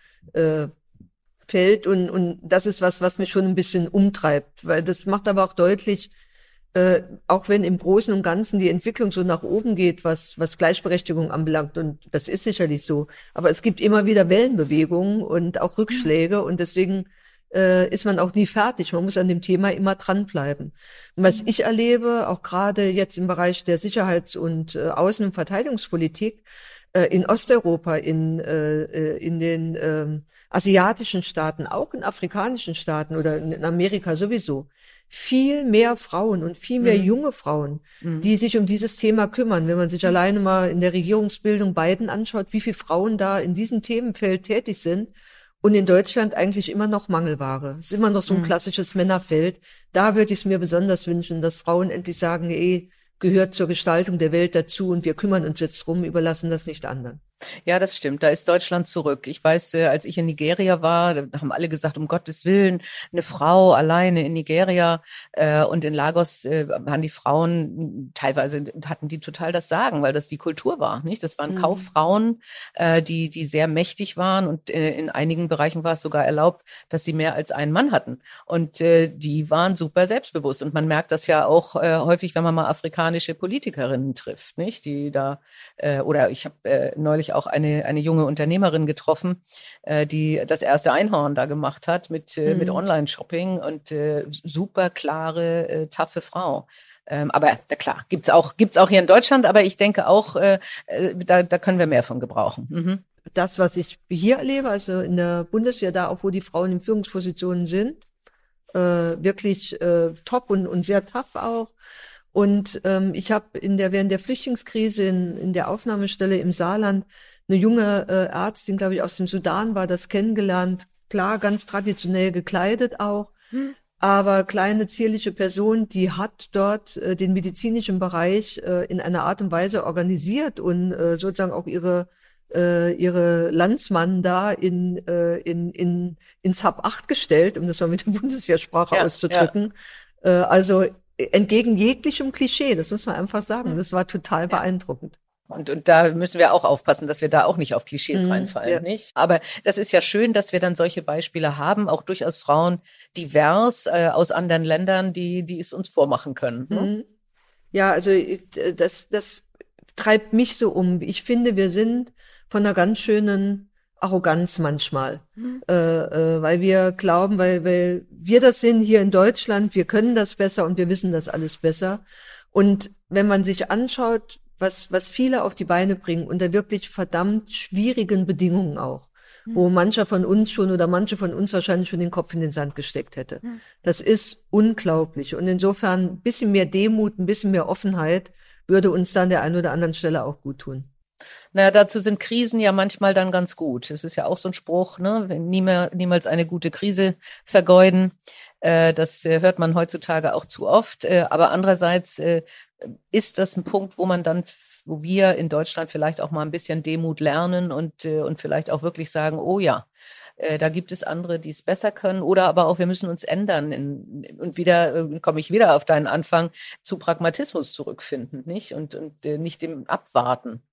S3: fällt und das ist was mich schon ein bisschen umtreibt, weil das macht aber auch deutlich, auch wenn im Großen und Ganzen die Entwicklung so nach oben geht, was Gleichberechtigung anbelangt, und das ist sicherlich so, aber es gibt immer wieder Wellenbewegungen und auch Rückschläge und deswegen ist man auch nie fertig. Man muss an dem Thema immer dranbleiben. Und was ich erlebe, auch gerade jetzt im Bereich der Sicherheits- und Außen- und Verteidigungspolitik, in Osteuropa, in den asiatischen Staaten, auch in afrikanischen Staaten oder in Amerika sowieso, viel mehr Frauen und viel mehr junge Frauen, die sich um dieses Thema kümmern. Wenn man sich alleine mal in der Regierungsbildung Biden anschaut, wie viele Frauen da in diesem Themenfeld tätig sind und in Deutschland eigentlich immer noch Mangelware. Es ist immer noch so ein klassisches Männerfeld. Da würde ich es mir besonders wünschen, dass Frauen endlich sagen, gehört zur Gestaltung der Welt dazu und wir kümmern uns jetzt drum, überlassen das nicht anderen.
S2: Ja, das stimmt. Da ist Deutschland zurück. Ich weiß, als ich in Nigeria war, da haben alle gesagt, um Gottes Willen, eine Frau alleine in Nigeria und in Lagos waren die Frauen teilweise hatten die total das Sagen, weil das die Kultur war, nicht? Das waren Kauffrauen, die sehr mächtig waren und in einigen Bereichen war es sogar erlaubt, dass sie mehr als einen Mann hatten. Und die waren super selbstbewusst. Und man merkt das ja auch häufig, wenn man mal afrikanische Politikerinnen trifft, nicht? Die da oder ich habe neulich auch eine junge Unternehmerin getroffen, die das erste Einhorn da gemacht hat mit Online-Shopping und super klare, taffe Frau. Aber klar, gibt's auch hier in Deutschland, aber ich denke auch, da können wir mehr von gebrauchen.
S3: Das, was ich hier erlebe, also in der Bundeswehr, da auch wo die Frauen in Führungspositionen sind, wirklich top und sehr tough auch. Und ich habe während der Flüchtlingskrise in der Aufnahmestelle im Saarland eine junge Ärztin, glaube ich, aus dem Sudan war, das kennengelernt. Klar, ganz traditionell gekleidet auch, aber kleine zierliche Person, die hat dort den medizinischen Bereich in einer Art und Weise organisiert und sozusagen auch ihre Landsmann da ins Hab 8 gestellt, um das mal mit der Bundeswehrsprache auszudrücken. Ja. Also entgegen jeglichem Klischee, das muss man einfach sagen. Das war total beeindruckend.
S2: Und da müssen wir auch aufpassen, dass wir da auch nicht auf Klischees reinfallen, nicht? Aber das ist ja schön, dass wir dann solche Beispiele haben, auch durchaus Frauen divers aus anderen Ländern, die es uns vormachen können. Ne?
S3: Ja, also das treibt mich so um. Ich finde, wir sind von einer ganz schönen Arroganz manchmal, weil wir glauben, weil wir das sind hier in Deutschland, wir können das besser und wir wissen das alles besser. Und wenn man sich anschaut, was viele auf die Beine bringen, unter wirklich verdammt schwierigen Bedingungen auch, wo manche von uns wahrscheinlich schon den Kopf in den Sand gesteckt hätte. Das ist unglaublich. Und insofern ein bisschen mehr Demut, ein bisschen mehr Offenheit würde uns dann an der einen oder anderen Stelle auch gut tun.
S2: Naja, dazu sind Krisen ja manchmal dann ganz gut. Es ist ja auch so ein Spruch, ne? Niemals eine gute Krise vergeuden. Das hört man heutzutage auch zu oft. Aber andererseits ist das ein Punkt, wo wir in Deutschland vielleicht auch mal ein bisschen Demut lernen und vielleicht auch wirklich sagen, oh ja, da gibt es andere, die es besser können, oder aber auch, wir müssen uns ändern und wieder komme ich wieder auf deinen Anfang, zu Pragmatismus zurückfinden, nicht? Und nicht dem Abwarten.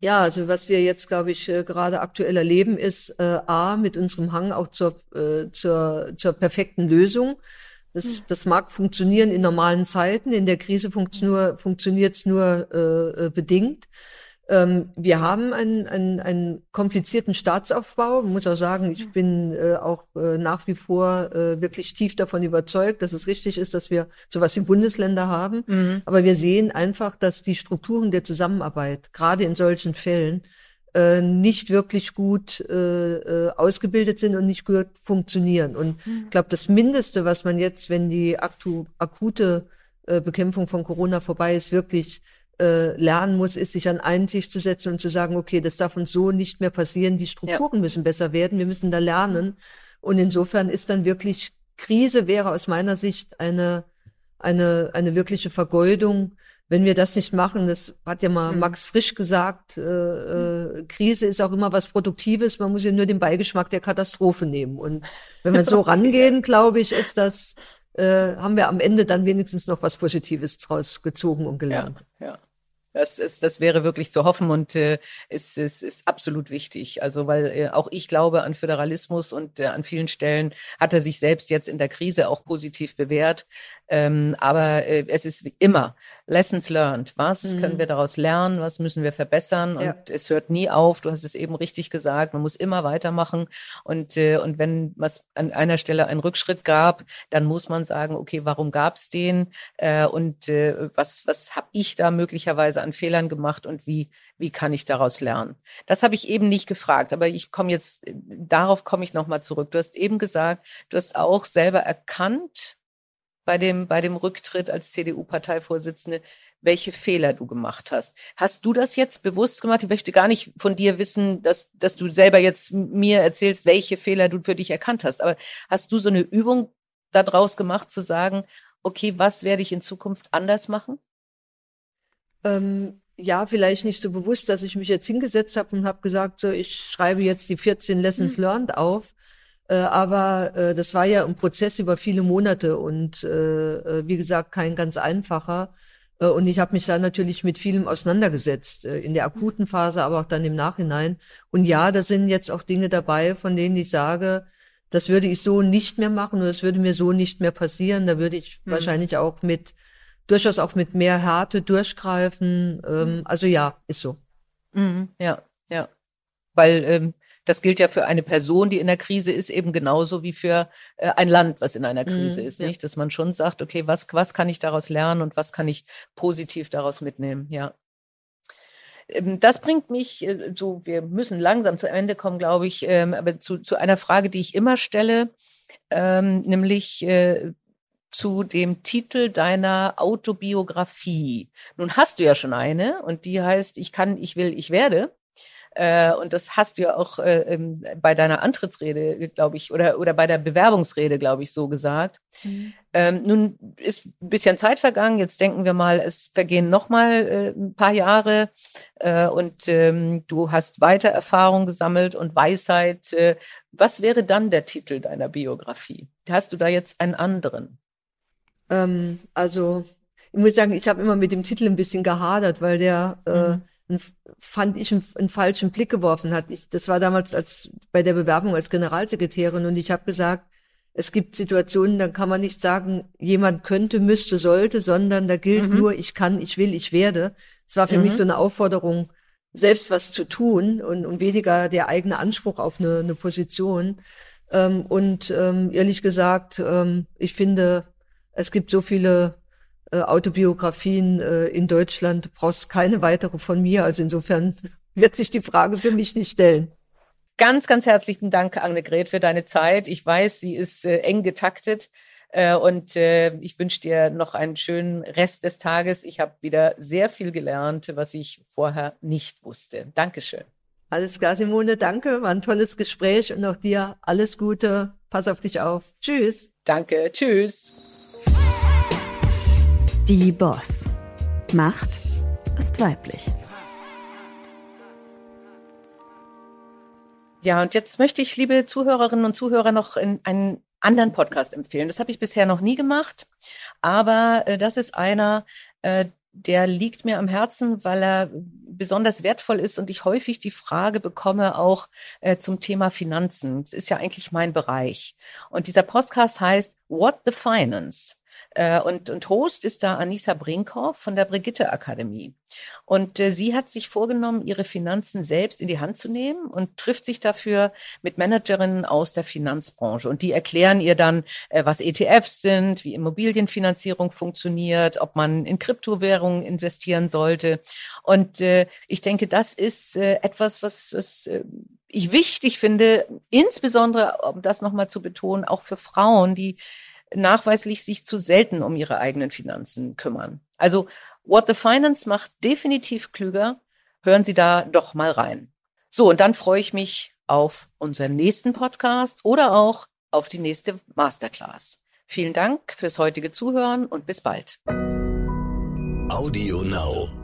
S3: Ja, also was wir jetzt, glaube ich, gerade aktuell erleben, ist mit unserem Hang auch zur perfekten Lösung. Das mag funktionieren in normalen Zeiten, in der Krise funktioniert es nur bedingt. Wir haben einen komplizierten Staatsaufbau. Ich muss auch sagen, ich bin auch nach wie vor wirklich tief davon überzeugt, dass es richtig ist, dass wir sowas wie Bundesländer haben. Mhm. Aber wir sehen einfach, dass die Strukturen der Zusammenarbeit, gerade in solchen Fällen, nicht wirklich gut ausgebildet sind und nicht gut funktionieren. Und ich glaube, das Mindeste, was man jetzt, wenn die akute Bekämpfung von Corona vorbei ist, wirklich lernen muss, ist, sich an einen Tisch zu setzen und zu sagen, okay, das darf uns so nicht mehr passieren, die Strukturen müssen besser werden, wir müssen da lernen. Und insofern ist dann wirklich, Krise wäre aus meiner Sicht eine wirkliche Vergeudung, wenn wir das nicht machen. Das hat ja mal Max Frisch gesagt, Krise ist auch immer was Produktives, man muss ja nur den Beigeschmack der Katastrophe nehmen. Und wenn wir so rangehen, glaube ich, ist das, haben wir am Ende dann wenigstens noch was Positives draus gezogen und gelernt.
S2: Ja. Das wäre wirklich zu hoffen und es ist absolut wichtig. Also weil auch ich glaube an Föderalismus und an vielen Stellen hat er sich selbst jetzt in der Krise auch positiv bewährt. Aber es ist wie immer Lessons learned. Was können wir daraus lernen? Was müssen wir verbessern? Und es hört nie auf. Du hast es eben richtig gesagt. Man muss immer weitermachen. Und wenn es an einer Stelle einen Rückschritt gab, dann muss man sagen, okay, warum gab es den? Was habe ich da möglicherweise an Fehlern gemacht und wie kann ich daraus lernen? Das habe ich eben nicht gefragt, aber darauf komme ich nochmal zurück. Du hast eben gesagt, du hast auch selber erkannt bei dem Rücktritt als CDU-Parteivorsitzende, welche Fehler du gemacht hast. Hast du das jetzt bewusst gemacht? Ich möchte gar nicht von dir wissen, dass du selber jetzt mir erzählst, welche Fehler du für dich erkannt hast. Aber hast du so eine Übung daraus gemacht, zu sagen, okay, was werde ich in Zukunft anders machen?
S3: Ja, vielleicht nicht so bewusst, dass ich mich jetzt hingesetzt habe und habe gesagt, so, ich schreibe jetzt die 14 Lessons learned auf. Aber das war ja ein Prozess über viele Monate und wie gesagt, kein ganz einfacher. Und ich habe mich da natürlich mit vielem auseinandergesetzt, in der akuten Phase, aber auch dann im Nachhinein. Und ja, da sind jetzt auch Dinge dabei, von denen ich sage, das würde ich so nicht mehr machen oder das würde mir so nicht mehr passieren. Da würde ich wahrscheinlich auch durchaus auch mit mehr Härte durchgreifen. Also ja, ist so.
S2: Ja. Weil das gilt ja für eine Person, die in der Krise ist, eben genauso wie für ein Land, was in einer Krise ist, nicht? Dass man schon sagt, okay, was kann ich daraus lernen und was kann ich positiv daraus mitnehmen, ja. Das bringt mich wir müssen langsam zu Ende kommen, glaube ich, aber zu einer Frage, die ich immer stelle, nämlich zu dem Titel deiner Autobiografie. Nun hast du ja schon eine und die heißt Ich kann, ich will, ich werde. Und das hast du ja auch bei deiner Antrittsrede, glaube ich, oder bei der Bewerbungsrede, glaube ich, so gesagt. Nun ist ein bisschen Zeit vergangen. Jetzt denken wir mal, es vergehen noch mal ein paar Jahre und du hast weiter Erfahrung gesammelt und Weisheit. Was wäre dann der Titel deiner Biografie? Hast du da jetzt einen anderen?
S3: Also ich muss sagen, ich habe immer mit dem Titel ein bisschen gehadert, weil der fand ich einen falschen Blick geworfen hat. Das war damals bei der Bewerbung als Generalsekretärin und ich habe gesagt, es gibt Situationen, da kann man nicht sagen, jemand könnte, müsste, sollte, sondern da gilt nur, ich kann, ich will, ich werde. Es war für mich so eine Aufforderung, selbst was zu tun und weniger der eigene Anspruch auf eine Position. Ehrlich gesagt, ich finde, es gibt so viele Autobiografien in Deutschland, du brauchst keine weitere von mir. Also insofern wird sich die Frage für mich nicht stellen.
S2: Ganz, ganz herzlichen Dank, Annegret, für deine Zeit. Ich weiß, sie ist eng getaktet und ich wünsche dir noch einen schönen Rest des Tages. Ich habe wieder sehr viel gelernt, was ich vorher nicht wusste. Dankeschön.
S3: Alles klar, Simone, danke. War ein tolles Gespräch und auch dir alles Gute. Pass auf dich auf. Tschüss.
S2: Danke, tschüss.
S4: Die Boss. Macht ist weiblich.
S2: Ja, und jetzt möchte ich, liebe Zuhörerinnen und Zuhörer, noch einen anderen Podcast empfehlen. Das habe ich bisher noch nie gemacht, aber das ist einer, der liegt mir am Herzen, weil er besonders wertvoll ist und ich häufig die Frage bekomme, auch zum Thema Finanzen. Das ist ja eigentlich mein Bereich. Und dieser Podcast heißt What the Finance? Und Host ist da Anissa Brinkhoff von der Brigitte Akademie. Und sie hat sich vorgenommen, ihre Finanzen selbst in die Hand zu nehmen und trifft sich dafür mit Managerinnen aus der Finanzbranche. Und die erklären ihr dann, was ETFs sind, wie Immobilienfinanzierung funktioniert, ob man in Kryptowährungen investieren sollte. Und ich denke, das ist etwas, was ich wichtig finde, insbesondere, um das nochmal zu betonen, auch für Frauen, die nachweislich sich zu selten um ihre eigenen Finanzen kümmern. Also What the Finance macht definitiv klüger. Hören Sie da doch mal rein. So, und dann freue ich mich auf unseren nächsten Podcast oder auch auf die nächste Masterclass. Vielen Dank fürs heutige Zuhören und bis bald.
S1: Audio Now.